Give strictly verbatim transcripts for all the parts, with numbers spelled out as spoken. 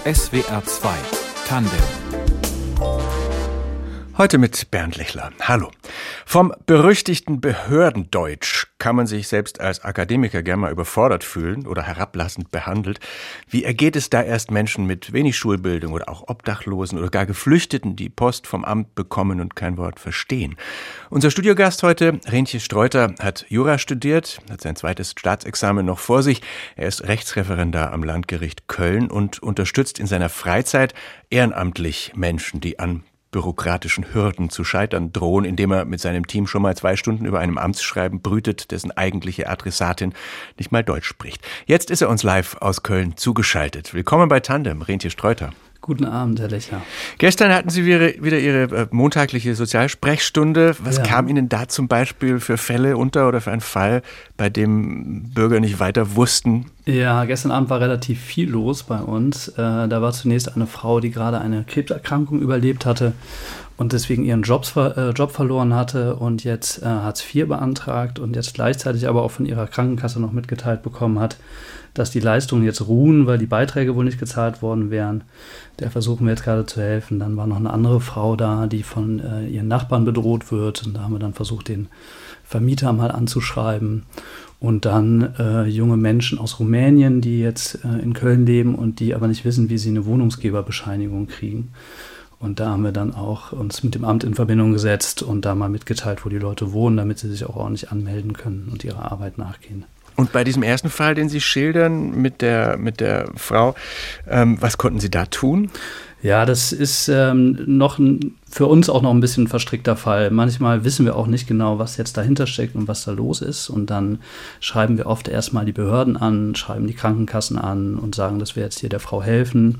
S W R zwei Tandem. Heute mit Bernd Lechler. Hallo. Vom berüchtigten Behördendeutsch kann man sich selbst als Akademiker gern mal überfordert fühlen oder herablassend behandelt. Wie ergeht es da erst Menschen mit wenig Schulbildung oder auch Obdachlosen oder gar Geflüchteten, die Post vom Amt bekommen und kein Wort verstehen? Unser Studiogast heute, Renetje Streuter, hat Jura studiert, hat sein zweites Staatsexamen noch vor sich. Er ist Rechtsreferendar am Landgericht Köln und unterstützt in seiner Freizeit ehrenamtlich Menschen, die an bürokratischen Hürden zu scheitern drohen, indem er mit seinem Team schon mal zwei Stunden über einem Amtsschreiben brütet, dessen eigentliche Adressatin nicht mal Deutsch spricht. Jetzt ist er uns live aus Köln zugeschaltet. Willkommen bei Tandem, Renetje Streuter. Guten Abend, Herr Lechler. Gestern hatten Sie wieder Ihre montagliche Sozialsprechstunde. Was ja. kam Ihnen da zum Beispiel für Fälle unter oder für einen Fall, bei dem Bürger nicht weiter wussten? Ja, gestern Abend war relativ viel los bei uns. Äh, da war zunächst eine Frau, die gerade eine Krebserkrankung überlebt hatte und deswegen ihren Jobs, äh, Job verloren hatte und jetzt äh, Hartz vier beantragt und jetzt gleichzeitig aber auch von ihrer Krankenkasse noch mitgeteilt bekommen hat, dass die Leistungen jetzt ruhen, weil die Beiträge wohl nicht gezahlt worden wären. Der versuchen wir jetzt gerade zu helfen. Dann war noch eine andere Frau da, die von äh, ihren Nachbarn bedroht wird. Und da haben wir dann versucht, den Vermieter mal anzuschreiben. Und dann äh, junge Menschen aus Rumänien, die jetzt äh, in Köln leben und die aber nicht wissen, wie sie eine Wohnungsgeberbescheinigung kriegen. Und da haben wir dann auch uns mit dem Amt in Verbindung gesetzt und da mal mitgeteilt, wo die Leute wohnen, damit sie sich auch ordentlich anmelden können und ihrer Arbeit nachgehen. Und bei diesem ersten Fall, den Sie schildern mit der, mit der Frau, ähm, was konnten Sie da tun? Ja, das ist ähm, noch ein, für uns auch noch ein bisschen ein verstrickter Fall. Manchmal wissen wir auch nicht genau, was jetzt dahinter steckt und was da los ist. Und dann schreiben wir oft erstmal die Behörden an, schreiben die Krankenkassen an und sagen, dass wir jetzt hier der Frau helfen.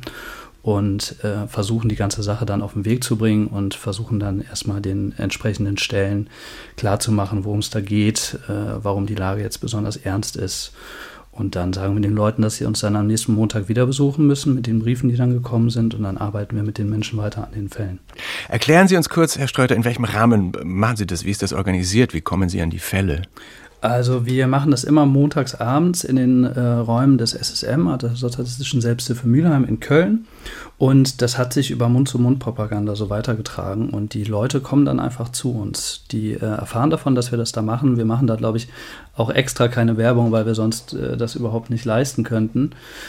Und äh, versuchen die ganze Sache dann auf den Weg zu bringen und versuchen dann erstmal den entsprechenden Stellen klarzumachen, worum es da geht, äh, warum die Lage jetzt besonders ernst ist. Und dann sagen wir den Leuten, dass sie uns dann am nächsten Montag wieder besuchen müssen mit den Briefen, die dann gekommen sind. Und dann arbeiten wir mit den Menschen weiter an den Fällen. Erklären Sie uns kurz, Herr Streuter, in welchem Rahmen machen Sie das? Wie ist das organisiert? Wie kommen Sie an die Fälle? Also wir machen das immer montags abends in den äh, Räumen des S S M, der Sozialistischen Selbsthilfe Mülheim in Köln. Und das hat sich über Mund-zu-Mund-Propaganda so weitergetragen. Und die Leute kommen dann einfach zu uns. Die äh, erfahren davon, dass wir das da machen. Wir machen da, glaube ich, auch extra keine Werbung, weil wir sonst äh, das überhaupt nicht leisten könnten.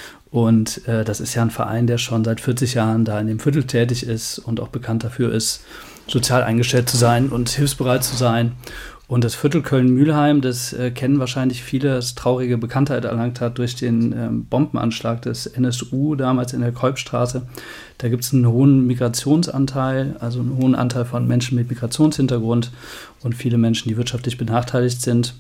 Und äh, das ist ja ein Verein, der schon seit vierzig Jahren da in dem Viertel tätig ist und auch bekannt dafür ist, sozial eingestellt zu sein und hilfsbereit zu sein. Und das Viertel Köln-Mülheim, das äh, kennen wahrscheinlich viele, das traurige Bekanntheit erlangt hat durch den ähm, Bombenanschlag des N S U damals in der Kolbstraße. Da gibt es einen hohen Migrationsanteil, also einen hohen Anteil von Menschen mit Migrationshintergrund und viele Menschen, die wirtschaftlich benachteiligt sind.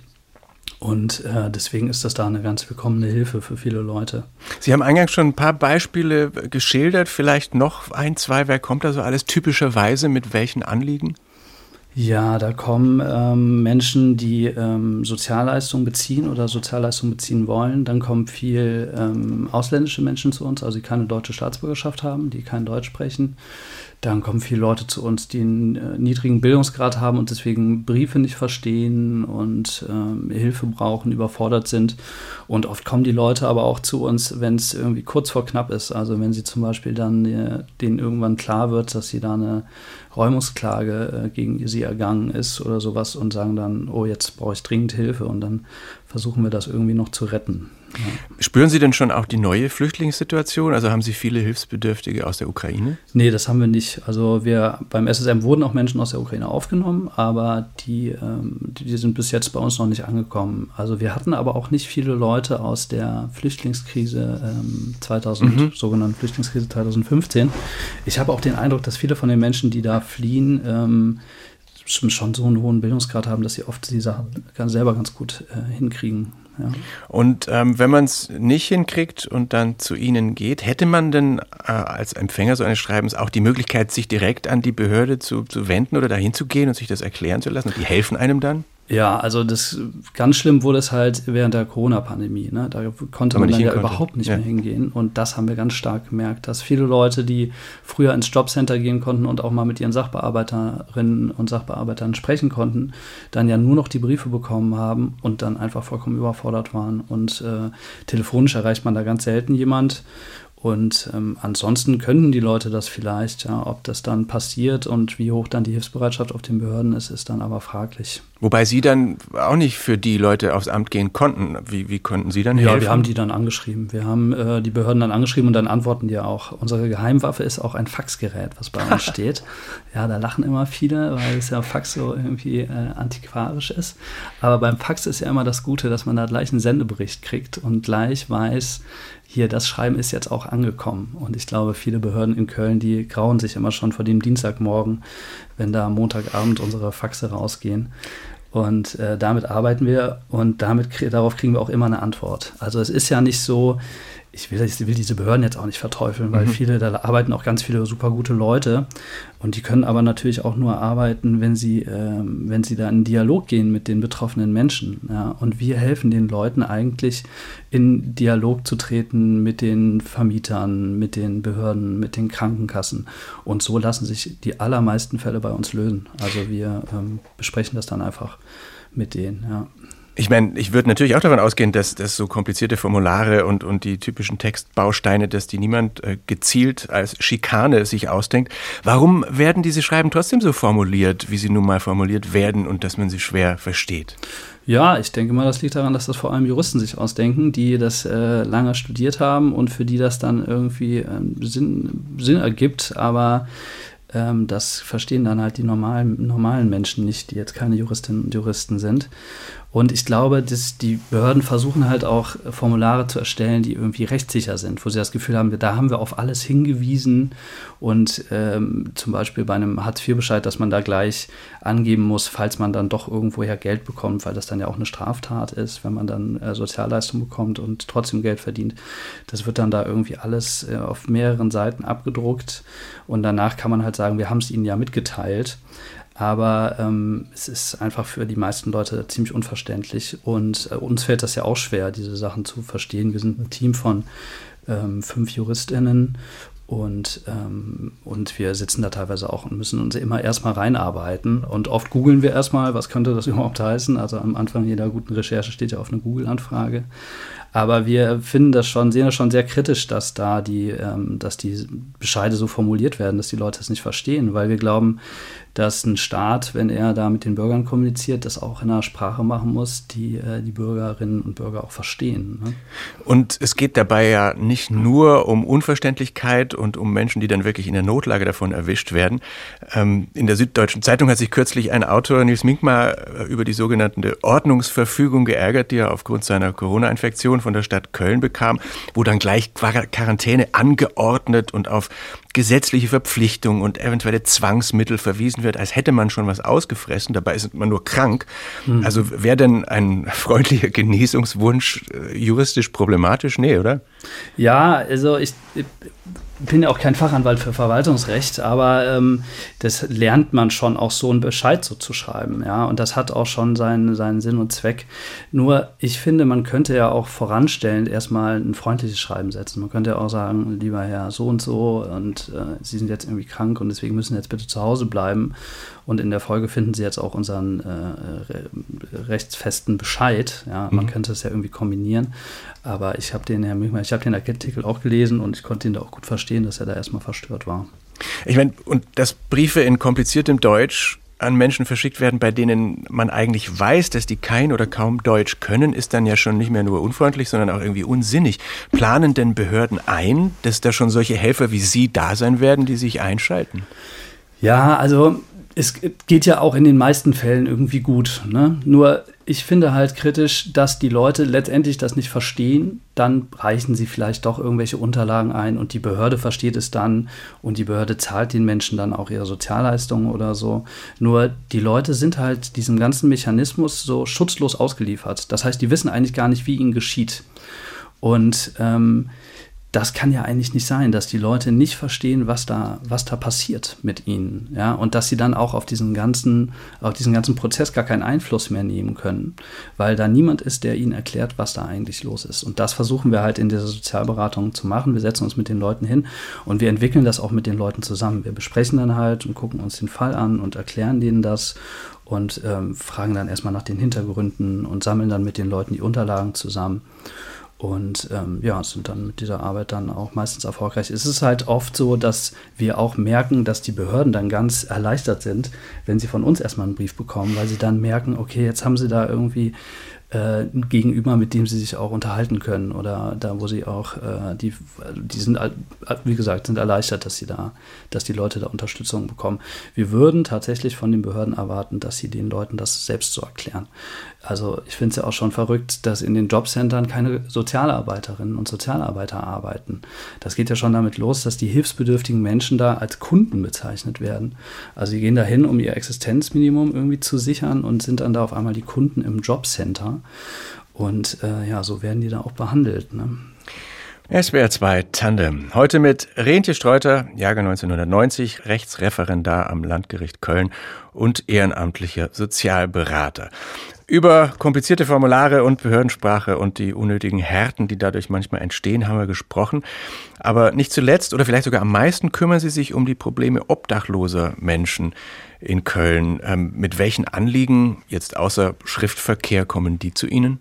Und äh, deswegen ist das da eine ganz willkommene Hilfe für viele Leute. Sie haben eingangs schon ein paar Beispiele geschildert, vielleicht noch ein, zwei. Wer kommt da so alles typischerweise mit welchen Anliegen? Ja, da kommen ähm, Menschen, die ähm, Sozialleistungen beziehen oder Sozialleistungen beziehen wollen. Dann kommen viel ähm, ausländische Menschen zu uns, also die keine deutsche Staatsbürgerschaft haben, die kein Deutsch sprechen. Dann kommen viele Leute zu uns, die einen äh, niedrigen Bildungsgrad haben und deswegen Briefe nicht verstehen und ähm, Hilfe brauchen, überfordert sind. Und oft kommen die Leute aber auch zu uns, wenn es irgendwie kurz vor knapp ist. Also wenn sie zum Beispiel dann äh, denen irgendwann klar wird, dass sie da eine Räumungsklage äh, gegen sie ergangen ist oder sowas und sagen dann, oh, jetzt brauche ich dringend Hilfe und dann versuchen wir das irgendwie noch zu retten. Ja. Spüren Sie denn schon auch die neue Flüchtlingssituation? Also haben Sie viele Hilfsbedürftige aus der Ukraine? Nee, das haben wir nicht. Also wir beim S S M wurden auch Menschen aus der Ukraine aufgenommen, aber die, ähm, die sind bis jetzt bei uns noch nicht angekommen. Also wir hatten aber auch nicht viele Leute aus der Flüchtlingskrise ähm, zweitausend, mhm. sogenannten Flüchtlingskrise zweitausendfünfzehn. Ich habe auch den Eindruck, dass viele von den Menschen, die da fliehen, ähm, schon so einen hohen Bildungsgrad haben, dass sie oft die Sachen ganz selber ganz gut äh, hinkriegen. Ja. Und ähm, wenn man es nicht hinkriegt und dann zu Ihnen geht, hätte man denn äh, als Empfänger so eines Schreibens auch die Möglichkeit, sich direkt an die Behörde zu, zu wenden oder dahin zu gehen und sich das erklären zu lassen? Und die helfen einem dann? Ja, also das ganz schlimm wurde es halt während der Corona-Pandemie. Ne? Da konnte man, man dann ja konnte. überhaupt nicht ja. mehr hingehen. Und das haben wir ganz stark gemerkt, dass viele Leute, die früher ins Jobcenter gehen konnten und auch mal mit ihren Sachbearbeiterinnen und Sachbearbeitern sprechen konnten, dann ja nur noch die Briefe bekommen haben und dann einfach vollkommen überfordert waren. Und äh, telefonisch erreicht man da ganz selten jemand. Und ähm, ansonsten könnten die Leute das vielleicht, ja, ob das dann passiert und wie hoch dann die Hilfsbereitschaft auf den Behörden ist, ist dann aber fraglich. Wobei Sie dann auch nicht für die Leute aufs Amt gehen konnten. Wie, wie konnten Sie dann helfen? Ja, wir haben die dann angeschrieben. Wir haben äh, die Behörden dann angeschrieben und dann antworten die auch. Unsere Geheimwaffe ist auch ein Faxgerät, was bei uns steht. Ja, da lachen immer viele, weil es ja Fax so irgendwie äh, antiquarisch ist. Aber beim Fax ist ja immer das Gute, dass man da gleich einen Sendebericht kriegt und gleich weiß, hier, das Schreiben ist jetzt auch angekommen. Und ich glaube, viele Behörden in Köln, die grauen sich immer schon vor dem Dienstagmorgen, wenn da am Montagabend unsere Faxe rausgehen. Und äh, damit arbeiten wir und damit darauf kriegen wir auch immer eine Antwort. Also es ist ja nicht so, ich will, ich will diese Behörden jetzt auch nicht verteufeln, weil mhm. viele, da arbeiten auch ganz viele super gute Leute und die können aber natürlich auch nur arbeiten, wenn sie, äh, wenn sie da in Dialog gehen mit den betroffenen Menschen. Ja? Und wir helfen den Leuten eigentlich, in Dialog zu treten mit den Vermietern, mit den Behörden, mit den Krankenkassen. Und so lassen sich die allermeisten Fälle bei uns lösen. Also wir ähm, besprechen das dann einfach mit denen, ja. Ich meine, ich würde natürlich auch davon ausgehen, dass, dass so komplizierte Formulare und, und die typischen Textbausteine, dass die niemand äh, gezielt als Schikane sich ausdenkt. Warum werden diese Schreiben trotzdem so formuliert, wie sie nun mal formuliert werden und dass man sie schwer versteht? Ja, ich denke mal, das liegt daran, dass das vor allem Juristen sich ausdenken, die das äh, lange studiert haben und für die das dann irgendwie äh, Sinn, Sinn ergibt, aber ähm, das verstehen dann halt die normalen, normalen Menschen nicht, die jetzt keine Juristinnen und Juristen sind. Und ich glaube, dass die Behörden versuchen halt auch Formulare zu erstellen, die irgendwie rechtssicher sind, wo sie das Gefühl haben, da haben wir auf alles hingewiesen und ähm, zum Beispiel bei einem Hartz vier Bescheid, dass man da gleich angeben muss, falls man dann doch irgendwoher Geld bekommt, weil das dann ja auch eine Straftat ist, wenn man dann äh, Sozialleistung bekommt und trotzdem Geld verdient. Das wird dann da irgendwie alles äh, auf mehreren Seiten abgedruckt und danach kann man halt sagen, wir haben es ihnen ja mitgeteilt. Aber ähm, es ist einfach für die meisten Leute ziemlich unverständlich und äh, uns fällt das ja auch schwer, diese Sachen zu verstehen. Wir sind ein Team von ähm, fünf JuristInnen und, ähm, und wir sitzen da teilweise auch und müssen uns immer erstmal reinarbeiten und oft googeln wir erstmal, was könnte das überhaupt heißen. Also am Anfang jeder guten Recherche steht ja auf eine Google-Anfrage. Aber wir finden das schon, sehen das schon sehr kritisch, dass da die, ähm, dass die Bescheide so formuliert werden, dass die Leute es nicht verstehen, weil wir glauben, dass ein Staat, wenn er da mit den Bürgern kommuniziert, das auch in einer Sprache machen muss, die äh, die Bürgerinnen und Bürger auch verstehen. Ne? Und es geht dabei ja nicht nur um Unverständlichkeit und um Menschen, die dann wirklich in der Notlage davon erwischt werden. Ähm, in der Süddeutschen Zeitung hat sich kürzlich ein Autor, Nils Minkmar, über die sogenannte Ordnungsverfügung geärgert, die er aufgrund seiner Corona-Infektion von der Stadt Köln bekam, wo dann gleich Quarantäne angeordnet und auf gesetzliche Verpflichtungen und eventuelle Zwangsmittel verwiesen wird, als hätte man schon was ausgefressen, dabei ist man nur krank. Mhm. Also wäre denn ein freundlicher Genesungswunsch äh, juristisch problematisch? Nee, oder? Ja, also ich, ich bin ja auch kein Fachanwalt für Verwaltungsrecht, aber ähm, das lernt man schon auch so einen Bescheid so zu schreiben, ja, und das hat auch schon seinen, seinen Sinn und Zweck. Nur, ich finde, man könnte ja auch voranstellend erstmal ein freundliches Schreiben setzen. Man könnte ja auch sagen, lieber Herr so und so und äh, Sie sind jetzt irgendwie krank und deswegen müssen Sie jetzt bitte zu Hause bleiben und in der Folge finden Sie jetzt auch unseren äh, re- rechtsfesten Bescheid, ja, man mhm. könnte es ja irgendwie kombinieren, aber ich habe den, Herr Minkmar, ich habe den Artikel auch gelesen und ich konnte ihn da auch gut verstehen, dass er da erstmal verstört war. Ich meine, und dass Briefe in kompliziertem Deutsch an Menschen verschickt werden, bei denen man eigentlich weiß, dass die kein oder kaum Deutsch können, ist dann ja schon nicht mehr nur unfreundlich, sondern auch irgendwie unsinnig. Planen denn Behörden ein, dass da schon solche Helfer wie Sie da sein werden, die sich einschalten? Ja, also es geht ja auch in den meisten Fällen irgendwie gut, ne? Nur ich finde halt kritisch, dass die Leute letztendlich das nicht verstehen. Dann reichen sie vielleicht doch irgendwelche Unterlagen ein und die Behörde versteht es dann und die Behörde zahlt den Menschen dann auch ihre Sozialleistungen oder so. Nur die Leute sind halt diesem ganzen Mechanismus so schutzlos ausgeliefert. Das heißt, die wissen eigentlich gar nicht, wie ihnen geschieht. Und ähm, das kann ja eigentlich nicht sein, dass die Leute nicht verstehen, was da, was da passiert mit ihnen, ja, und dass sie dann auch auf diesen ganzen, auf diesen ganzen Prozess gar keinen Einfluss mehr nehmen können, weil da niemand ist, der ihnen erklärt, was da eigentlich los ist. Und das versuchen wir halt in dieser Sozialberatung zu machen. Wir setzen uns mit den Leuten hin und wir entwickeln das auch mit den Leuten zusammen. Wir besprechen dann halt und gucken uns den Fall an und erklären denen das und ähm, fragen dann erstmal nach den Hintergründen und sammeln dann mit den Leuten die Unterlagen zusammen. Und ähm, ja, sind dann mit dieser Arbeit dann auch meistens erfolgreich. Es ist halt oft so, dass wir auch merken, dass die Behörden dann ganz erleichtert sind, wenn sie von uns erstmal einen Brief bekommen, weil sie dann merken, okay, jetzt haben sie da irgendwie äh, ein Gegenüber, mit dem sie sich auch unterhalten können oder da, wo sie auch, äh, die, die sind, wie gesagt, sind erleichtert, dass sie da, dass die Leute da Unterstützung bekommen. Wir würden tatsächlich von den Behörden erwarten, dass sie den Leuten das selbst so erklären. Also ich finde es ja auch schon verrückt, dass in den Jobcentern keine Sozialarbeiterinnen und Sozialarbeiter arbeiten. Das geht ja schon damit los, dass die hilfsbedürftigen Menschen da als Kunden bezeichnet werden. Also sie gehen dahin, um ihr Existenzminimum irgendwie zu sichern und sind dann da auf einmal die Kunden im Jobcenter. Und äh, ja, so werden die da auch behandelt, ne? S W R zwei Tandem. Heute mit Rentje Streuter, Jahrgang neunzehnhundertneunzig, Rechtsreferendar am Landgericht Köln und ehrenamtlicher Sozialberater. Über komplizierte Formulare und Behördensprache und die unnötigen Härten, die dadurch manchmal entstehen, haben wir gesprochen. Aber nicht zuletzt oder vielleicht sogar am meisten kümmern Sie sich um die Probleme obdachloser Menschen in Köln. Ähm, mit welchen Anliegen, jetzt außer Schriftverkehr, kommen die zu Ihnen?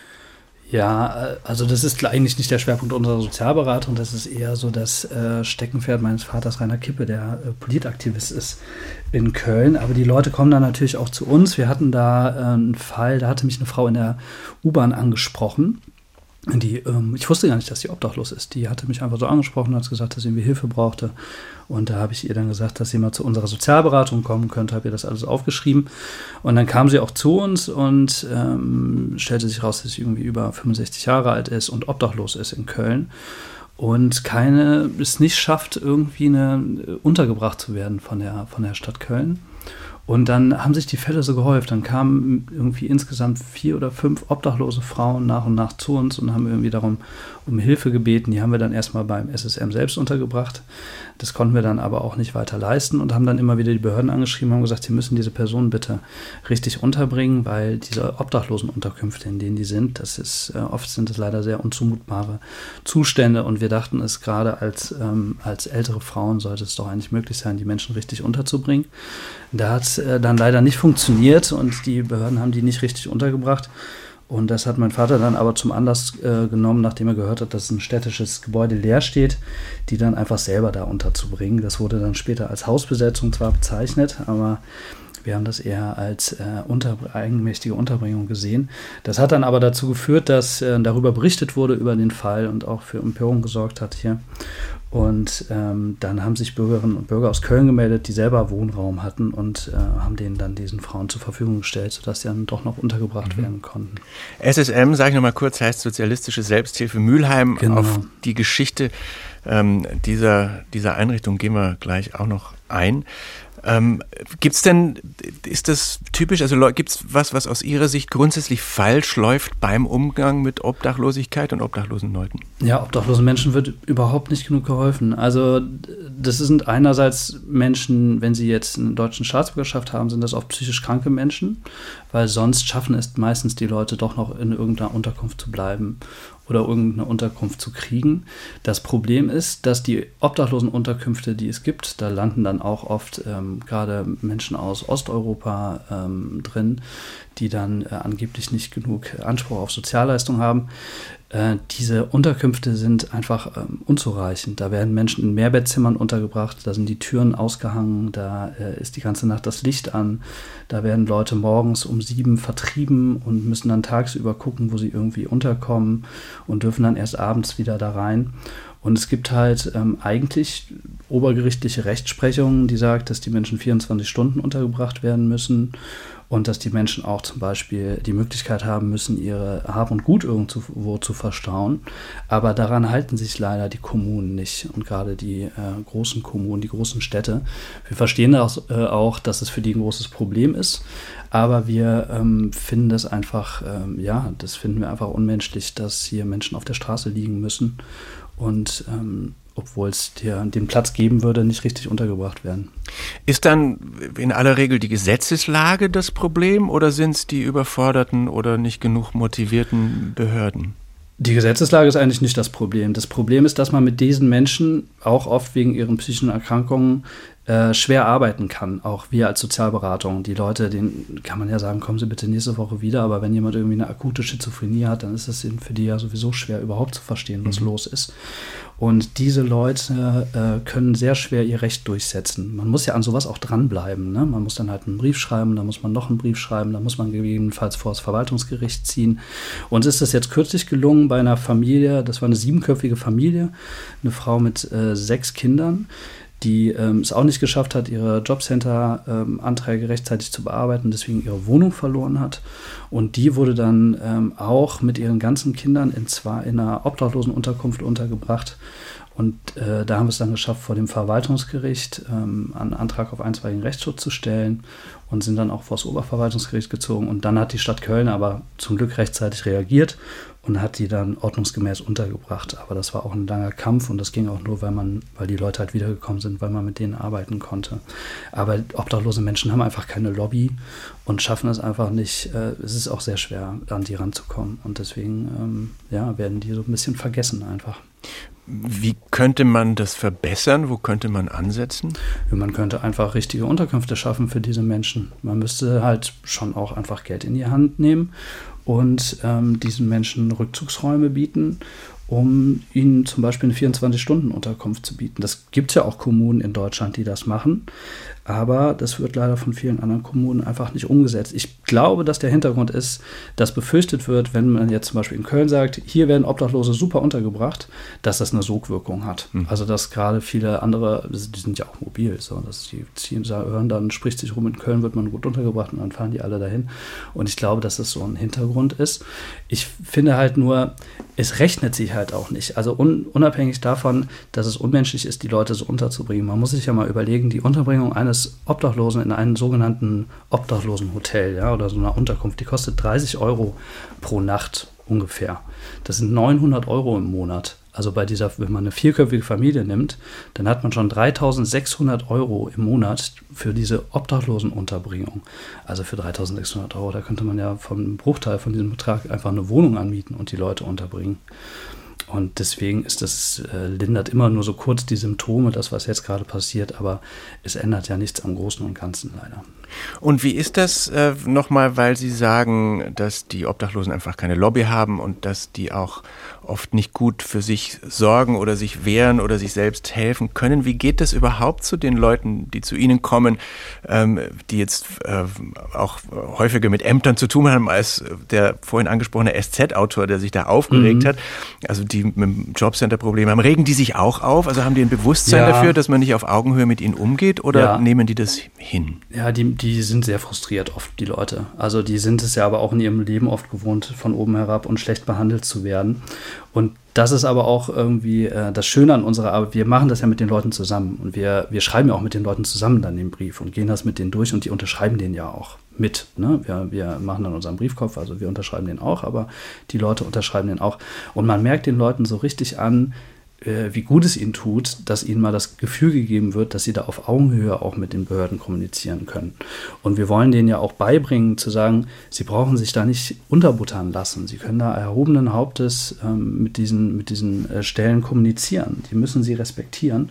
Ja, also das ist eigentlich nicht der Schwerpunkt unserer Sozialberatung, das ist eher so das äh, Steckenpferd meines Vaters Rainer Kippe, der äh, Politaktivist ist in Köln. Aber die Leute kommen dann natürlich auch zu uns. Wir hatten da äh, einen Fall, da hatte mich eine Frau in der U-Bahn angesprochen. Die, ähm, ich wusste gar nicht, dass sie obdachlos ist. Die hatte mich einfach so angesprochen und hat gesagt, dass sie irgendwie Hilfe brauchte. Und da habe ich ihr dann gesagt, dass sie mal zu unserer Sozialberatung kommen könnte, habe ihr das alles aufgeschrieben. Und dann kam sie auch zu uns und ähm, stellte sich raus, dass sie irgendwie über fünfundsechzig Jahre alt ist und obdachlos ist in Köln. Und keine, es nicht schafft, irgendwie eine, untergebracht zu werden von der, von der Stadt Köln. Und dann haben sich die Fälle so gehäuft. Dann kamen irgendwie insgesamt vier oder fünf obdachlose Frauen nach und nach zu uns und haben irgendwie darum um Hilfe gebeten. Die haben wir dann erstmal beim S S M selbst untergebracht. Das konnten wir dann aber auch nicht weiter leisten und haben dann immer wieder die Behörden angeschrieben und haben gesagt, sie müssen diese Personen bitte richtig unterbringen, weil diese obdachlosen Unterkünfte, in denen die sind, das ist, äh, oft sind es leider sehr unzumutbare Zustände und wir dachten es gerade als, ähm, als ältere Frauen sollte es doch eigentlich möglich sein, die Menschen richtig unterzubringen. Da hat es äh, dann leider nicht funktioniert und die Behörden haben die nicht richtig untergebracht. Und das hat mein Vater dann aber zum Anlass äh, genommen, nachdem er gehört hat, dass ein städtisches Gebäude leer steht, die dann einfach selber da unterzubringen. Das wurde dann später als Hausbesetzung zwar bezeichnet, aber wir haben das eher als äh, unter, eigenmächtige Unterbringung gesehen. Das hat dann aber dazu geführt, dass äh, darüber berichtet wurde, über den Fall und auch für Empörung gesorgt hat hier. Und ähm, dann haben sich Bürgerinnen und Bürger aus Köln gemeldet, die selber Wohnraum hatten und äh, haben denen dann diesen Frauen zur Verfügung gestellt, sodass sie dann doch noch untergebracht mhm. werden konnten. S S M, sage ich nochmal kurz, heißt Sozialistische Selbsthilfe Mülheim. Genau. Auf die Geschichte ähm, dieser, dieser Einrichtung gehen wir gleich auch noch ein. Ähm, gibt's denn, ist das typisch, also gibt's was, was aus Ihrer Sicht grundsätzlich falsch läuft beim Umgang mit Obdachlosigkeit und obdachlosen Leuten? Ja, obdachlosen Menschen wird überhaupt nicht genug geholfen. Also das sind einerseits Menschen, wenn sie jetzt eine deutsche Staatsbürgerschaft haben, sind das auch psychisch kranke Menschen, weil sonst schaffen es meistens die Leute doch noch in irgendeiner Unterkunft zu bleiben oder irgendeine Unterkunft zu kriegen. Das Problem ist, dass die obdachlosen Unterkünfte, die es gibt, da landen dann auch oft ähm, gerade Menschen aus Osteuropa ähm, drin, die dann äh, angeblich nicht genug Anspruch auf Sozialleistung haben. Äh, diese Unterkünfte sind einfach ähm, unzureichend. Da werden Menschen in Mehrbettzimmern untergebracht, da sind die Türen ausgehangen, da äh, ist die ganze Nacht das Licht an, da werden Leute morgens um sieben vertrieben und müssen dann tagsüber gucken, wo sie irgendwie unterkommen und dürfen dann erst abends wieder da rein. Und es gibt halt ähm, eigentlich obergerichtliche Rechtsprechung, die sagt, dass die Menschen vierundzwanzig Stunden untergebracht werden müssen und dass die Menschen auch zum Beispiel die Möglichkeit haben müssen, ihre Hab und Gut irgendwo zu verstauen. Aber daran halten sich leider die Kommunen nicht und gerade die äh, großen Kommunen, die großen Städte. Wir verstehen auch, äh, auch, dass es für die ein großes Problem ist, aber wir ähm, finden das einfach, ähm, ja, das finden wir einfach unmenschlich, dass hier Menschen auf der Straße liegen müssen und ähm, obwohl es dir den Platz geben würde, nicht richtig untergebracht werden. Ist dann in aller Regel die Gesetzeslage das Problem oder sind es die überforderten oder nicht genug motivierten Behörden? Die Gesetzeslage ist eigentlich nicht das Problem. Das Problem ist, dass man mit diesen Menschen, auch oft wegen ihren psychischen Erkrankungen, äh, schwer arbeiten kann, auch wir als Sozialberatung. Die Leute, denen kann man ja sagen, kommen Sie bitte nächste Woche wieder, aber wenn jemand irgendwie eine akute Schizophrenie hat, dann ist es für die ja sowieso schwer, überhaupt zu verstehen, was mhm. los ist. Und diese Leute äh, können sehr schwer ihr Recht durchsetzen. Man muss ja an sowas auch dranbleiben. Ne? Man muss dann halt einen Brief schreiben, dann muss man noch einen Brief schreiben, dann muss man gegebenenfalls vor das Verwaltungsgericht ziehen. Uns ist das jetzt kürzlich gelungen bei einer Familie, das war eine siebenköpfige Familie, eine Frau mit äh, sechs Kindern, die ähm, es auch nicht geschafft hat, ihre Jobcenter-Anträge ähm, rechtzeitig zu bearbeiten, deswegen ihre Wohnung verloren hat. Und die wurde dann ähm, auch mit ihren ganzen Kindern in, zwar in einer Obdachlosenunterkunft untergebracht. Und äh, da haben wir es dann geschafft, vor dem Verwaltungsgericht ähm, einen Antrag auf einstweiligen Rechtsschutz zu stellen und sind dann auch vor das Oberverwaltungsgericht gezogen. Und dann hat die Stadt Köln aber zum Glück rechtzeitig reagiert und hat die dann ordnungsgemäß untergebracht. Aber das war auch ein langer Kampf und das ging auch nur, weil man, weil die Leute halt wiedergekommen sind, weil man mit denen arbeiten konnte. Aber obdachlose Menschen haben einfach keine Lobby und schaffen es einfach nicht. Äh, es ist auch sehr schwer, an die ranzukommen. Und deswegen ähm, ja, werden die so ein bisschen vergessen einfach. Wie könnte man das verbessern? Wo könnte man ansetzen? Ja, man könnte einfach richtige Unterkünfte schaffen für diese Menschen. Man müsste halt schon auch einfach Geld in die Hand nehmen und ähm, diesen Menschen Rückzugsräume bieten, um ihnen zum Beispiel eine vierundzwanzig-Stunden-Unterkunft zu bieten. Das gibt es ja auch Kommunen in Deutschland, die das machen, aber das wird leider von vielen anderen Kommunen einfach nicht umgesetzt. Ich glaube, dass der Hintergrund ist, dass befürchtet wird, wenn man jetzt zum Beispiel in Köln sagt, hier werden Obdachlose super untergebracht, dass das eine Sogwirkung hat. Mhm. Also dass gerade viele andere, die sind ja auch mobil, so, dass die ziehen, hören, dann spricht sich rum, in Köln wird man gut untergebracht und dann fahren die alle dahin. Und ich glaube, dass das so ein Hintergrund ist. Ich finde halt nur, es rechnet sich halt auch nicht. Also un, unabhängig davon, dass es unmenschlich ist, die Leute so unterzubringen. Man muss sich ja mal überlegen, die Unterbringung eines Obdachlosen in einem sogenannten Obdachlosenhotel, ja, oder so einer Unterkunft, die kostet dreißig Euro pro Nacht ungefähr. Das sind neunhundert Euro im Monat. Also bei dieser, wenn man eine vierköpfige Familie nimmt, dann hat man schon dreitausendsechshundert Euro im Monat für diese Obdachlosenunterbringung. Also für dreitausendsechshundert Euro, da könnte man ja vom Bruchteil von diesem Betrag einfach eine Wohnung anmieten und die Leute unterbringen. Und deswegen ist das, äh, lindert immer nur so kurz die Symptome, das, was jetzt gerade passiert, aber es ändert ja nichts am Großen und Ganzen leider. Und wie ist das äh, nochmal, weil Sie sagen, dass die Obdachlosen einfach keine Lobby haben und dass die auch oft nicht gut für sich sorgen oder sich wehren oder sich selbst helfen können. Wie geht das überhaupt zu den Leuten, die zu Ihnen kommen, ähm, die jetzt äh, auch häufiger mit Ämtern zu tun haben als der vorhin angesprochene S Z-Autor, der sich da aufgeregt mhm. hat, also die mit dem Jobcenter Probleme haben. Regen die sich auch auf? Also haben die ein Bewusstsein ja. dafür, dass man nicht auf Augenhöhe mit ihnen umgeht oder ja. nehmen die das hin? Ja, die, die sind sehr frustriert oft, die Leute. Also die sind es ja aber auch in ihrem Leben oft gewohnt, von oben herab und schlecht behandelt zu werden. Und das ist aber auch irgendwie äh, das Schöne an unserer Arbeit. Wir machen das ja mit den Leuten zusammen und wir, wir schreiben ja auch mit den Leuten zusammen dann den Brief und gehen das mit denen durch und die unterschreiben den ja auch mit. Ne? Wir, wir machen dann unseren Briefkopf, also wir unterschreiben den auch, aber die Leute unterschreiben den auch. Und man merkt den Leuten so richtig an, wie gut es ihnen tut, dass ihnen mal das Gefühl gegeben wird, dass sie da auf Augenhöhe auch mit den Behörden kommunizieren können. Und wir wollen denen ja auch beibringen, zu sagen, sie brauchen sich da nicht unterbuttern lassen. Sie können da erhobenen Hauptes ähm, mit diesen, mit diesen äh, Stellen kommunizieren. Die müssen sie respektieren.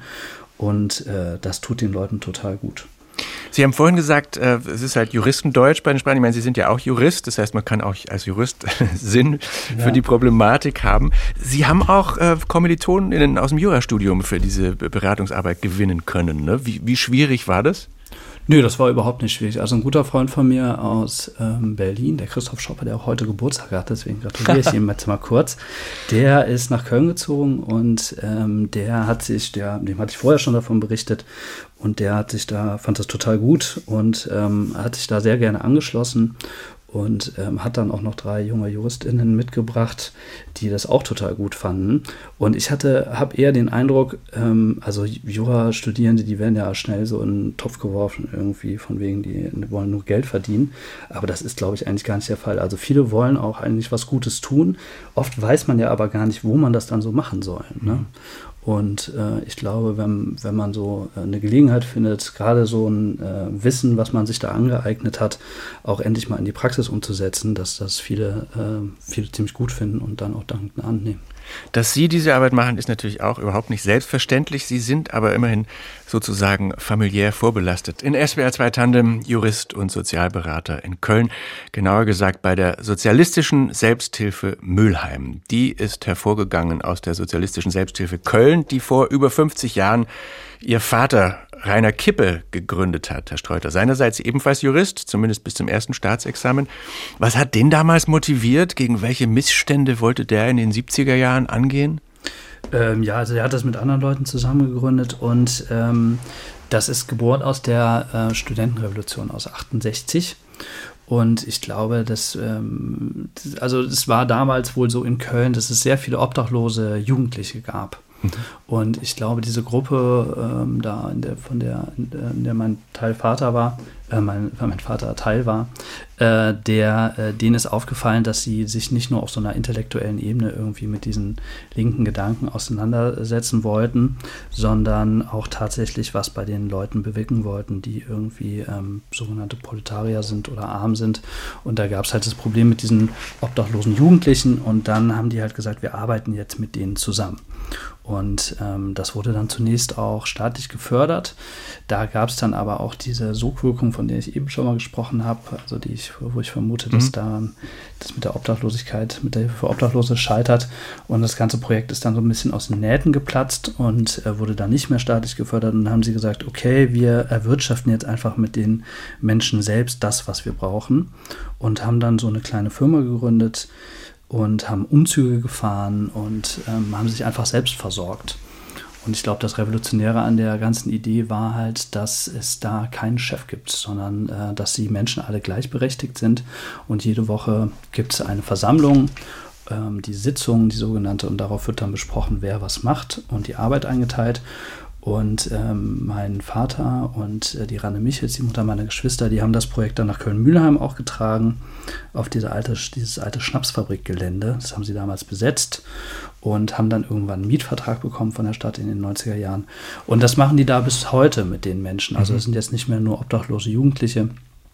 Und äh, das tut den Leuten total gut. Sie haben vorhin gesagt, äh, es ist halt Juristendeutsch bei den Sprachen. Ich meine, Sie sind ja auch Jurist, das heißt, man kann auch als Jurist Sinn ja. für die Problematik haben. Sie haben auch äh, KommilitonInnen aus dem Jurastudium für diese Beratungsarbeit gewinnen können. Ne? Wie, wie schwierig war das? Nö, das war überhaupt nicht schwierig. Also ein guter Freund von mir aus ähm, Berlin, der Christoph Schopper, der auch heute Geburtstag hat, deswegen gratuliere ich ihm jetzt mal kurz, der ist nach Köln gezogen und ähm, der hat sich, der, dem hatte ich vorher schon davon berichtet, und der hat sich da, fand das total gut und ähm, hat sich da sehr gerne angeschlossen und ähm, hat dann auch noch drei junge JuristInnen mitgebracht, die das auch total gut fanden. Und ich hatte, habe eher den Eindruck, ähm, also Jura-Studierende, die werden ja schnell so in den Topf geworfen irgendwie, von wegen, die wollen nur Geld verdienen. Aber das ist, glaube ich, eigentlich gar nicht der Fall. Also viele wollen auch eigentlich was Gutes tun. Oft weiß man ja aber gar nicht, wo man das dann so machen soll. Ne? Mhm. Und äh, ich glaube, wenn, wenn man so äh, eine Gelegenheit findet, gerade so ein äh, Wissen, was man sich da angeeignet hat, auch endlich mal in die Praxis umzusetzen, dass das viele, äh, viele ziemlich gut finden und dann auch dankend annehmen. Dass Sie diese Arbeit machen, ist natürlich auch überhaupt nicht selbstverständlich. Sie sind aber immerhin sozusagen familiär vorbelastet. In S W R zwei Tandem Jurist und Sozialberater in Köln, genauer gesagt bei der sozialistischen Selbsthilfe Mülheim. Die ist hervorgegangen aus der sozialistischen Selbsthilfe Köln, die vor über fünfzig Jahren Ihr Vater Rainer Kippe gegründet hat, Herr Streuter. Seinerseits ebenfalls Jurist, zumindest bis zum ersten Staatsexamen. Was hat den damals motiviert? Gegen welche Missstände wollte der in den siebziger Jahren angehen? Ähm, ja, also er hat das mit anderen Leuten zusammen gegründet und ähm, das ist geboren aus der äh, Studentenrevolution aus achtundsechzig. Und ich glaube, dass, ähm, also es war damals wohl so in Köln, dass es sehr viele obdachlose Jugendliche gab. Und ich glaube, diese Gruppe, ähm, da in der, von der, in der mein Teilvater war, äh, mein, mein Vater Teil war, äh, der, äh, denen ist aufgefallen, dass sie sich nicht nur auf so einer intellektuellen Ebene irgendwie mit diesen linken Gedanken auseinandersetzen wollten, sondern auch tatsächlich was bei den Leuten bewirken wollten, die irgendwie ähm, sogenannte Proletarier sind oder arm sind. Und da gab es halt das Problem mit diesen obdachlosen Jugendlichen und dann haben die halt gesagt, wir arbeiten jetzt mit denen zusammen. Und ähm, das wurde dann zunächst auch staatlich gefördert. Da gab es dann aber auch diese Sogwirkung, von der ich eben schon mal gesprochen habe, also die ich, wo ich vermute, dass mhm. da das mit der Obdachlosigkeit, mit der Hilfe für Obdachlose scheitert. Und das ganze Projekt ist dann so ein bisschen aus den Nähten geplatzt und äh, wurde dann nicht mehr staatlich gefördert. Und dann haben sie gesagt, okay, wir erwirtschaften jetzt einfach mit den Menschen selbst das, was wir brauchen. Und haben dann so eine kleine Firma gegründet, und haben Umzüge gefahren und ähm, haben sich einfach selbst versorgt. Und ich glaube, das Revolutionäre an der ganzen Idee war halt, dass es da keinen Chef gibt, sondern äh, dass die Menschen alle gleichberechtigt sind. Und jede Woche gibt es eine Versammlung, ähm, die Sitzung, die sogenannte, und darauf wird dann besprochen, wer was macht und die Arbeit eingeteilt. Und ähm, mein Vater und äh, die Ranne Michels, die Mutter meiner Geschwister, die haben das Projekt dann nach Köln-Mülheim auch getragen, auf diese alte, dieses alte Schnapsfabrikgelände. Das haben sie damals besetzt und haben dann irgendwann einen Mietvertrag bekommen von der Stadt in den neunziger Jahren. Und das machen die da bis heute mit den Menschen. Also es sind jetzt nicht mehr nur obdachlose Jugendliche,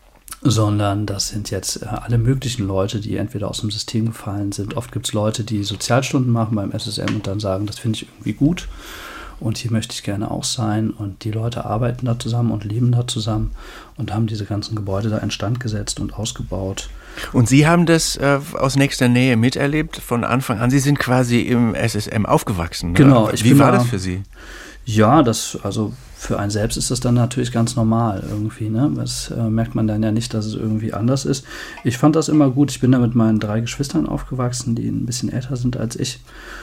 sondern das sind jetzt äh, alle möglichen Leute, die entweder aus dem System gefallen sind. Oft gibt es Leute, die Sozialstunden machen beim S S M und dann sagen, das finde ich irgendwie gut. Und hier möchte ich gerne auch sein. Und die Leute arbeiten da zusammen und leben da zusammen und haben diese ganzen Gebäude da instand gesetzt und ausgebaut. Und Sie haben das äh, aus nächster Nähe miterlebt von Anfang an. Sie sind quasi im S S M aufgewachsen. Ne? Genau. Ich Wie war da, das für Sie? Ja, das, also für einen selbst ist das dann natürlich ganz normal irgendwie. Ne? Das äh, merkt man dann ja nicht, dass es irgendwie anders ist. Ich fand das immer gut. Ich bin da mit meinen drei Geschwistern aufgewachsen, die ein bisschen älter sind als ich.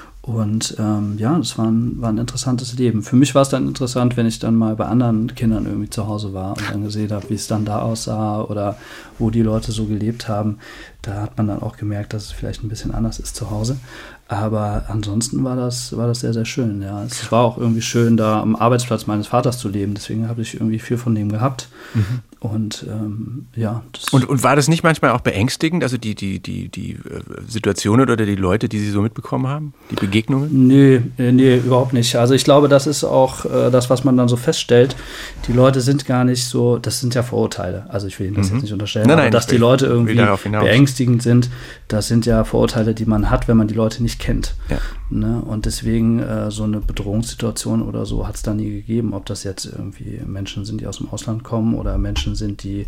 Und ähm, ja, das war ein, war ein interessantes Leben. Für mich war es dann interessant, wenn ich dann mal bei anderen Kindern irgendwie zu Hause war und dann gesehen habe, wie es dann da aussah oder wo die Leute so gelebt haben. Da hat man dann auch gemerkt, dass es vielleicht ein bisschen anders ist zu Hause. Aber ansonsten war das, war das sehr, sehr schön. Ja. Es war auch irgendwie schön, da am Arbeitsplatz meines Vaters zu leben. Deswegen habe ich irgendwie viel von dem gehabt. Mhm. Und ähm, ja. Das und, und war das nicht manchmal auch beängstigend, also die, die, die, die Situationen oder die Leute, die Sie so mitbekommen haben, die Begegnungen? Nee, nee, überhaupt nicht. Also ich glaube, das ist auch äh, das, was man dann so feststellt. Die Leute sind gar nicht so, das sind ja Vorurteile. Also ich will Ihnen das mhm. jetzt nicht unterstellen, nein, nein, aber dass die Leute irgendwie beängstigend sind, das sind ja Vorurteile, die man hat, wenn man die Leute nicht kennt. Ja. Ne? Und deswegen äh, so eine Bedrohungssituation oder so hat es da nie gegeben. Ob das jetzt irgendwie Menschen sind, die aus dem Ausland kommen oder Menschen sind, die,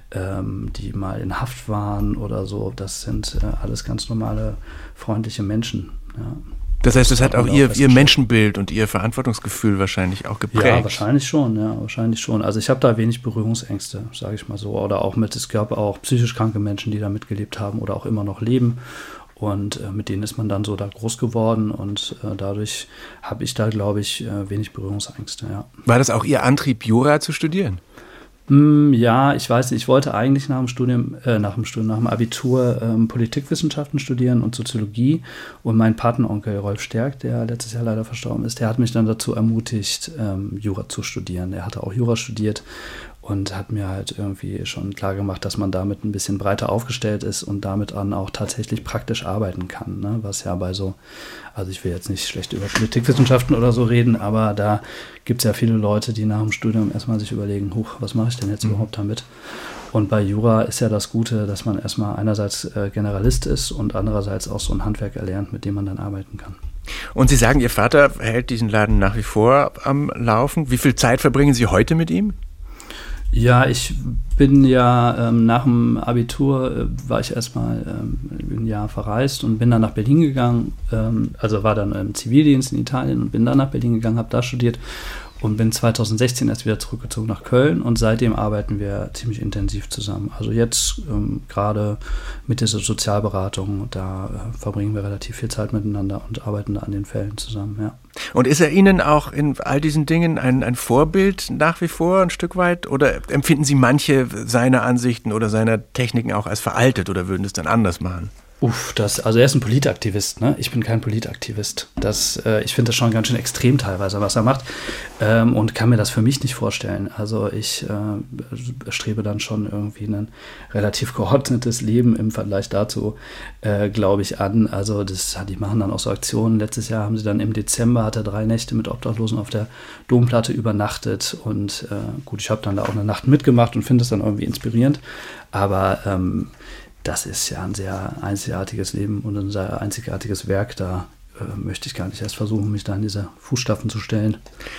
ähm, die mal in Haft waren oder so. Das sind äh, alles ganz normale, freundliche Menschen. Ja. Das heißt, das hat auch ihr, ihr Menschenbild und ihr Verantwortungsgefühl wahrscheinlich auch geprägt. Ja, wahrscheinlich schon, ja, wahrscheinlich schon. Also ich habe da wenig Berührungsängste, sage ich mal so. Oder auch mit, es gab auch psychisch kranke Menschen, die da mitgelebt haben oder auch immer noch leben. Und äh, mit denen ist man dann so da groß geworden und äh, dadurch habe ich da, glaube ich, äh, wenig Berührungsängste, ja. War das auch Ihr Antrieb, Jura zu studieren? Mm, ja, ich weiß nicht, ich wollte eigentlich nach dem Studium, äh, nach dem Studium, nach dem Abitur ähm, Politikwissenschaften studieren und Soziologie. Und mein Patenonkel Rolf Stärk, der letztes Jahr leider verstorben ist, der hat mich dann dazu ermutigt, ähm, Jura zu studieren. Er hatte auch Jura studiert und hat mir halt irgendwie schon klar gemacht, dass man damit ein bisschen breiter aufgestellt ist und damit dann auch tatsächlich praktisch arbeiten kann, ne? Was ja bei so, also ich will jetzt nicht schlecht über Politikwissenschaften oder so reden, aber da gibt es ja viele Leute, die nach dem Studium erstmal sich überlegen, huch, was mache ich denn jetzt mhm. überhaupt damit? Und bei Jura ist ja das Gute, dass man erstmal einerseits äh, Generalist ist und andererseits auch so ein Handwerk erlernt, mit dem man dann arbeiten kann. Und Sie sagen, Ihr Vater hält diesen Laden nach wie vor am Laufen. Wie viel Zeit verbringen Sie heute mit ihm? Ja, ich bin ja ähm, nach dem Abitur, äh, war ich erstmal ähm, ein Jahr verreist und bin dann nach Berlin gegangen, ähm, also war dann im Zivildienst in Italien und bin dann nach Berlin gegangen, habe da studiert und bin zweitausendsechzehn erst wieder zurückgezogen nach Köln und seitdem arbeiten wir ziemlich intensiv zusammen. Also jetzt ähm, gerade mit dieser Sozialberatung, da äh, verbringen wir relativ viel Zeit miteinander und arbeiten da an den Fällen zusammen, ja. Und ist er Ihnen auch in all diesen Dingen ein, ein Vorbild nach wie vor ein Stück weit? Oder empfinden Sie manche seiner Ansichten oder seiner Techniken auch als veraltet oder würden es dann anders machen? Uff, das, also er ist ein Politaktivist, ne? Ich bin kein Politaktivist. Das, äh, ich finde das schon ganz schön extrem teilweise, was er macht, ähm, und kann mir das für mich nicht vorstellen. Also ich äh, strebe dann schon irgendwie ein relativ geordnetes Leben im Vergleich dazu, äh, glaube ich, an. Also das, die machen dann auch so Aktionen. Letztes Jahr haben sie dann im Dezember, hat er drei Nächte mit Obdachlosen auf der Domplatte übernachtet und äh, gut, ich habe dann da auch eine Nacht mitgemacht und finde es dann irgendwie inspirierend, aber ähm, das ist ja ein sehr einzigartiges Leben und ein sehr einzigartiges Werk. Da äh, möchte ich gar nicht erst versuchen, mich da in diese Fußstapfen zu stellen.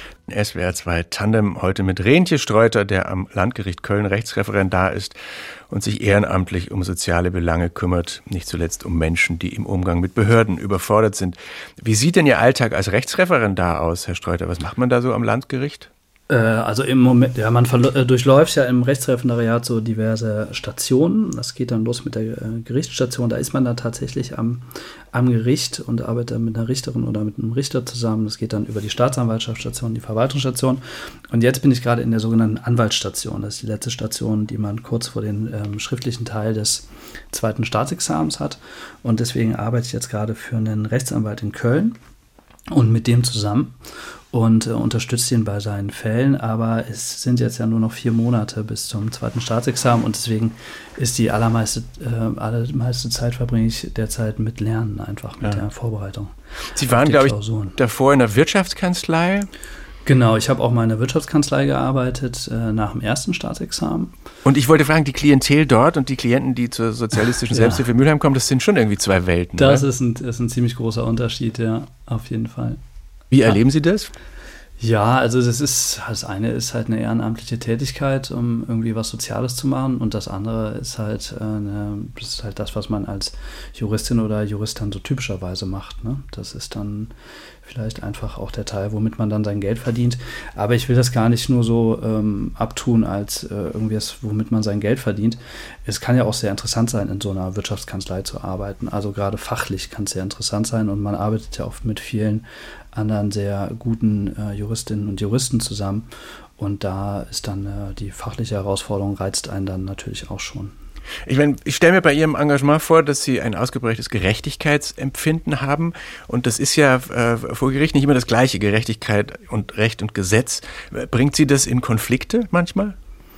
S W R zwei Tandem heute mit Rentje Streuter, der am Landgericht Köln Rechtsreferendar ist und sich ehrenamtlich um soziale Belange kümmert, nicht zuletzt um Menschen, die im Umgang mit Behörden überfordert sind. Wie sieht denn Ihr Alltag als Rechtsreferendar aus, Herr Streuter? Was macht man da so am Landgericht? Also im Moment, ja, man verlo- durchläuft ja im Rechtsreferendariat so diverse Stationen. Das geht dann los mit der äh, Gerichtsstation. Da ist man dann tatsächlich am, am Gericht und arbeitet dann mit einer Richterin oder mit einem Richter zusammen. Das geht dann über die Staatsanwaltschaftsstation, die Verwaltungsstation. Und jetzt bin ich gerade in der sogenannten Anwaltsstation. Das ist die letzte Station, die man kurz vor dem ähm, schriftlichen Teil des zweiten Staatsexamens hat. Und deswegen arbeite ich jetzt gerade für einen Rechtsanwalt in Köln und mit dem zusammen und äh, unterstützt ihn bei seinen Fällen, aber es sind jetzt ja nur noch vier Monate bis zum zweiten Staatsexamen und deswegen ist die allermeiste, äh, allermeiste Zeit verbringe ich derzeit mit Lernen, einfach mit ja. der Vorbereitung. Sie waren, glaube ich, davor in der Wirtschaftskanzlei? Genau, ich habe auch mal in der Wirtschaftskanzlei gearbeitet, äh, nach dem ersten Staatsexamen. Und ich wollte fragen, die Klientel dort und die Klienten, die zur sozialistischen ja. Selbsthilfe Mülheim kommen, das sind schon irgendwie zwei Welten. Das oder? ist ein, ist ein ziemlich großer Unterschied, ja, auf jeden Fall. Wie erleben Sie das? Ja, also das ist, das eine ist halt eine ehrenamtliche Tätigkeit, um irgendwie was Soziales zu machen und das andere ist halt, eine, das ist halt das, was man als Juristin oder Jurist dann so typischerweise macht, ne? Das ist dann vielleicht einfach auch der Teil, womit man dann sein Geld verdient. Aber ich will das gar nicht nur so ähm, abtun, als äh, irgendwie das, womit man sein Geld verdient. Es kann ja auch sehr interessant sein, in so einer Wirtschaftskanzlei zu arbeiten. Also gerade fachlich kann es sehr interessant sein und man arbeitet ja oft mit vielen anderen sehr guten äh, Juristinnen und Juristen zusammen. Und da ist dann äh, die fachliche Herausforderung, reizt einen dann natürlich auch schon. Ich meine, ich stelle mir bei Ihrem Engagement vor, dass Sie ein ausgeprägtes Gerechtigkeitsempfinden haben. Und das ist ja äh, vor Gericht nicht immer das Gleiche, Gerechtigkeit und Recht und Gesetz. Bringt Sie das in Konflikte manchmal?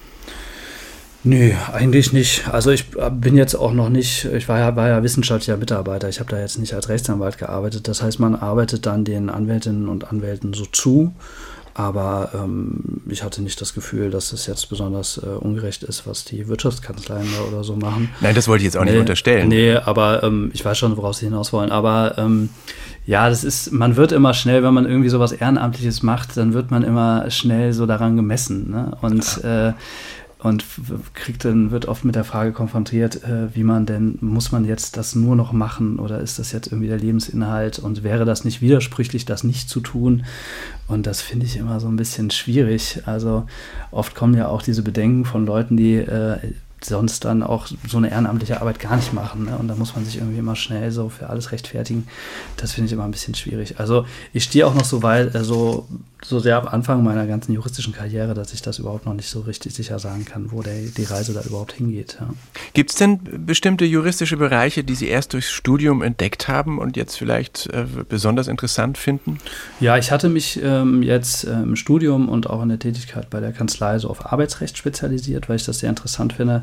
Nö, eigentlich nicht. Also ich bin jetzt auch noch nicht, ich war ja, war ja wissenschaftlicher Mitarbeiter, ich habe da jetzt nicht als Rechtsanwalt gearbeitet. Das heißt, man arbeitet dann den Anwältinnen und Anwälten so zu. Aber ähm, ich hatte nicht das Gefühl, dass es jetzt besonders äh, ungerecht ist, was die Wirtschaftskanzleien da oder so machen. Nein, das wollte ich jetzt auch nee, nicht unterstellen. Nee, aber ähm, ich weiß schon, worauf Sie hinaus wollen. Aber ähm, ja, das ist, man wird immer schnell, wenn man irgendwie sowas Ehrenamtliches macht, dann wird man immer schnell so daran gemessen. Ne? Und äh, Und kriegt dann, wird oft mit der Frage konfrontiert, äh, wie man denn, muss man jetzt das nur noch machen oder ist das jetzt irgendwie der Lebensinhalt und wäre das nicht widersprüchlich, das nicht zu tun? Und das finde ich immer so ein bisschen schwierig. Also oft kommen ja auch diese Bedenken von Leuten, die äh, sonst dann auch so eine ehrenamtliche Arbeit gar nicht machen. Ne? Und da muss man sich irgendwie immer schnell so für alles rechtfertigen. Das finde ich immer ein bisschen schwierig. Also ich stehe auch noch so weit, äh, so, so sehr am Anfang meiner ganzen juristischen Karriere, dass ich das überhaupt noch nicht so richtig sicher sagen kann, wo der, die Reise da überhaupt hingeht. Ja. Gibt es denn bestimmte juristische Bereiche, die Sie erst durchs Studium entdeckt haben und jetzt vielleicht äh, besonders interessant finden? Ja, ich hatte mich ähm, jetzt äh, im Studium und auch in der Tätigkeit bei der Kanzlei so auf Arbeitsrecht spezialisiert, weil ich das sehr interessant finde,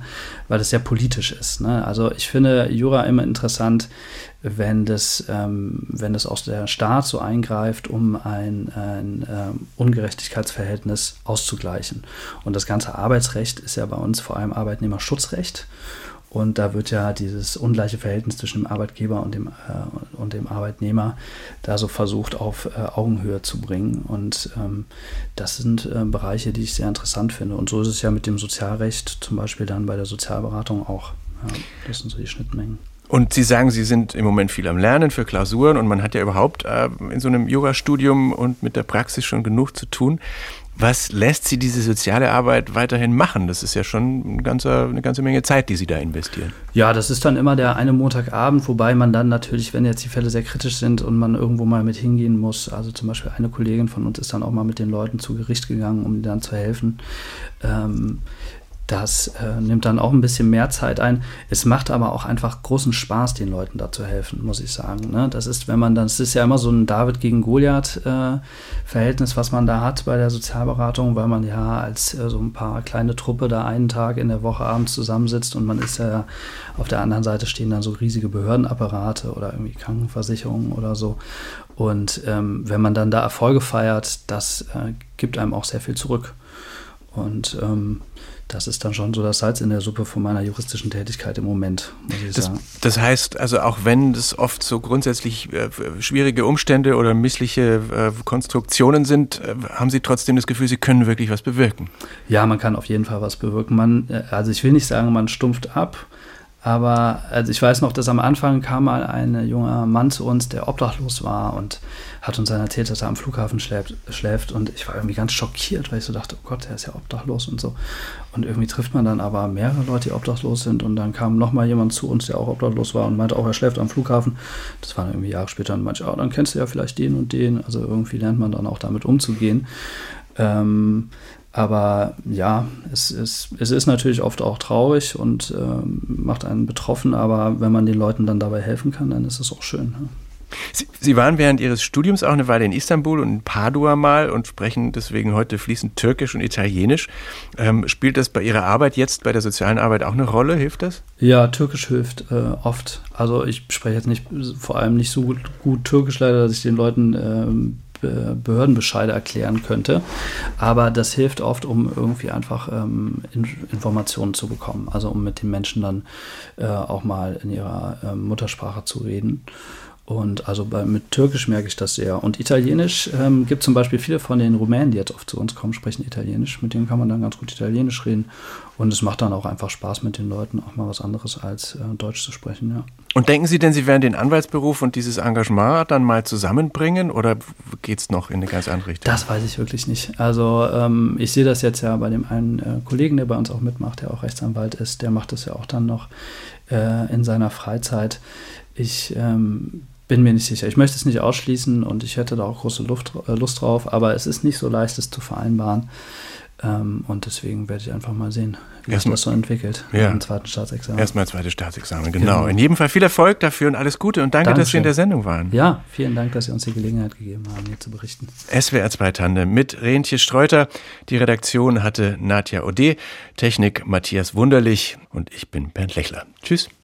weil das sehr politisch ist. Ne? Also ich finde Jura immer interessant, wenn das, ähm, wenn das auch der Staat so eingreift, um ein, ein ähm, Ungerechtigkeitsverhältnis auszugleichen. Und das ganze Arbeitsrecht ist ja bei uns vor allem Arbeitnehmerschutzrecht. Und da wird ja dieses ungleiche Verhältnis zwischen dem Arbeitgeber und dem, äh, und dem Arbeitnehmer da so versucht auf äh, Augenhöhe zu bringen. Und ähm, das sind äh, Bereiche, die ich sehr interessant finde. Und so ist es ja mit dem Sozialrecht zum Beispiel dann bei der Sozialberatung auch. Ja, das sind so die Schnittmengen. Und Sie sagen, Sie sind im Moment viel am Lernen für Klausuren und man hat ja überhaupt äh, in so einem Jurastudium und mit der Praxis schon genug zu tun. Was lässt Sie diese soziale Arbeit weiterhin machen? Das ist ja schon ein ganzer, eine ganze Menge Zeit, die Sie da investieren. Ja, das ist dann immer der eine Montagabend, wobei man dann natürlich, wenn jetzt die Fälle sehr kritisch sind und man irgendwo mal mit hingehen muss, also zum Beispiel eine Kollegin von uns ist dann auch mal mit den Leuten zu Gericht gegangen, um ihnen dann zu helfen. Ähm, Das äh, nimmt dann auch ein bisschen mehr Zeit ein. Es macht aber auch einfach großen Spaß, den Leuten da zu helfen, muss ich sagen. Ne? Das ist, wenn man dann, es ist ja immer so ein David gegen Goliath-Verhältnis, äh, was man da hat bei der Sozialberatung, weil man ja als äh, so ein paar kleine Truppe da einen Tag in der Woche abends zusammensitzt und man ist ja, auf der anderen Seite stehen dann so riesige Behördenapparate oder irgendwie Krankenversicherungen oder so. Und ähm, wenn man dann da Erfolge feiert, das äh, gibt einem auch sehr viel zurück. Und ähm, das ist dann schon so das Salz in der Suppe von meiner juristischen Tätigkeit im Moment, muss ich das, sagen. Das heißt, also auch wenn das oft so grundsätzlich äh, schwierige Umstände oder missliche äh, Konstruktionen sind, äh, haben Sie trotzdem das Gefühl, Sie können wirklich was bewirken? Ja, man kann auf jeden Fall was bewirken. Man, also ich will nicht sagen, man stumpft ab, aber also ich weiß noch, dass am Anfang kam mal ein junger Mann zu uns, der obdachlos war und hat uns dann erzählt, dass er am Flughafen schläft, schläft und ich war irgendwie ganz schockiert, weil ich so dachte, oh Gott, der ist ja obdachlos und so. Und irgendwie trifft man dann aber mehrere Leute, die obdachlos sind und dann kam nochmal jemand zu uns, der auch obdachlos war und meinte auch, er schläft am Flughafen. Das war dann irgendwie Jahre später und meinte, oh, dann kennst du ja vielleicht den und den. Also irgendwie lernt man dann auch damit umzugehen. Ähm, Aber ja, es ist, es ist natürlich oft auch traurig und ähm, macht einen betroffen, aber wenn man den Leuten dann dabei helfen kann, dann ist es auch schön. Ja. Sie, Sie waren während Ihres Studiums auch eine Weile in Istanbul und in Padua mal und sprechen deswegen heute fließend Türkisch und Italienisch. Ähm, spielt das bei Ihrer Arbeit jetzt, bei der sozialen Arbeit auch eine Rolle? Hilft das? Ja, Türkisch hilft äh, oft. Also ich spreche jetzt nicht, vor allem nicht so gut, gut Türkisch leider, dass ich den Leuten ähm, Behördenbescheide erklären könnte, aber das hilft oft, um irgendwie einfach ähm, Informationen zu bekommen, also um mit den Menschen dann äh, auch mal in ihrer äh, Muttersprache zu reden. Und also bei, mit Türkisch merke ich das sehr. Und Italienisch ähm, gibt zum Beispiel viele von den Rumänen, die jetzt oft zu uns kommen, sprechen Italienisch. Mit denen kann man dann ganz gut Italienisch reden. Und es macht dann auch einfach Spaß, mit den Leuten auch mal was anderes als äh, Deutsch zu sprechen, ja. Und denken Sie denn, Sie werden den Anwaltsberuf und dieses Engagement dann mal zusammenbringen oder geht es noch in eine ganz andere Richtung? Das weiß ich wirklich nicht. Also ähm, ich sehe das jetzt ja bei dem einen äh, Kollegen, der bei uns auch mitmacht, der auch Rechtsanwalt ist, der macht das ja auch dann noch äh, in seiner Freizeit. Ich ähm, bin mir nicht sicher. Ich möchte es nicht ausschließen und ich hätte da auch große Luft, äh, Lust drauf, aber es ist nicht so leicht, es zu vereinbaren. Ähm, und deswegen werde ich einfach mal sehen, wie sich das so entwickelt. Ja. Im zweiten Staatsexamen. Erstmal zweites Staatsexamen, genau. genau. In jedem Fall viel Erfolg dafür und alles Gute und danke, Dankeschön. Dass Sie in der Sendung waren. Ja, vielen Dank, dass Sie uns die Gelegenheit gegeben haben, hier zu berichten. S W R zwei Tandem mit Rentje Streuter. Die Redaktion hatte Nadja Ode, Technik Matthias Wunderlich und ich bin Bernd Lechler. Tschüss.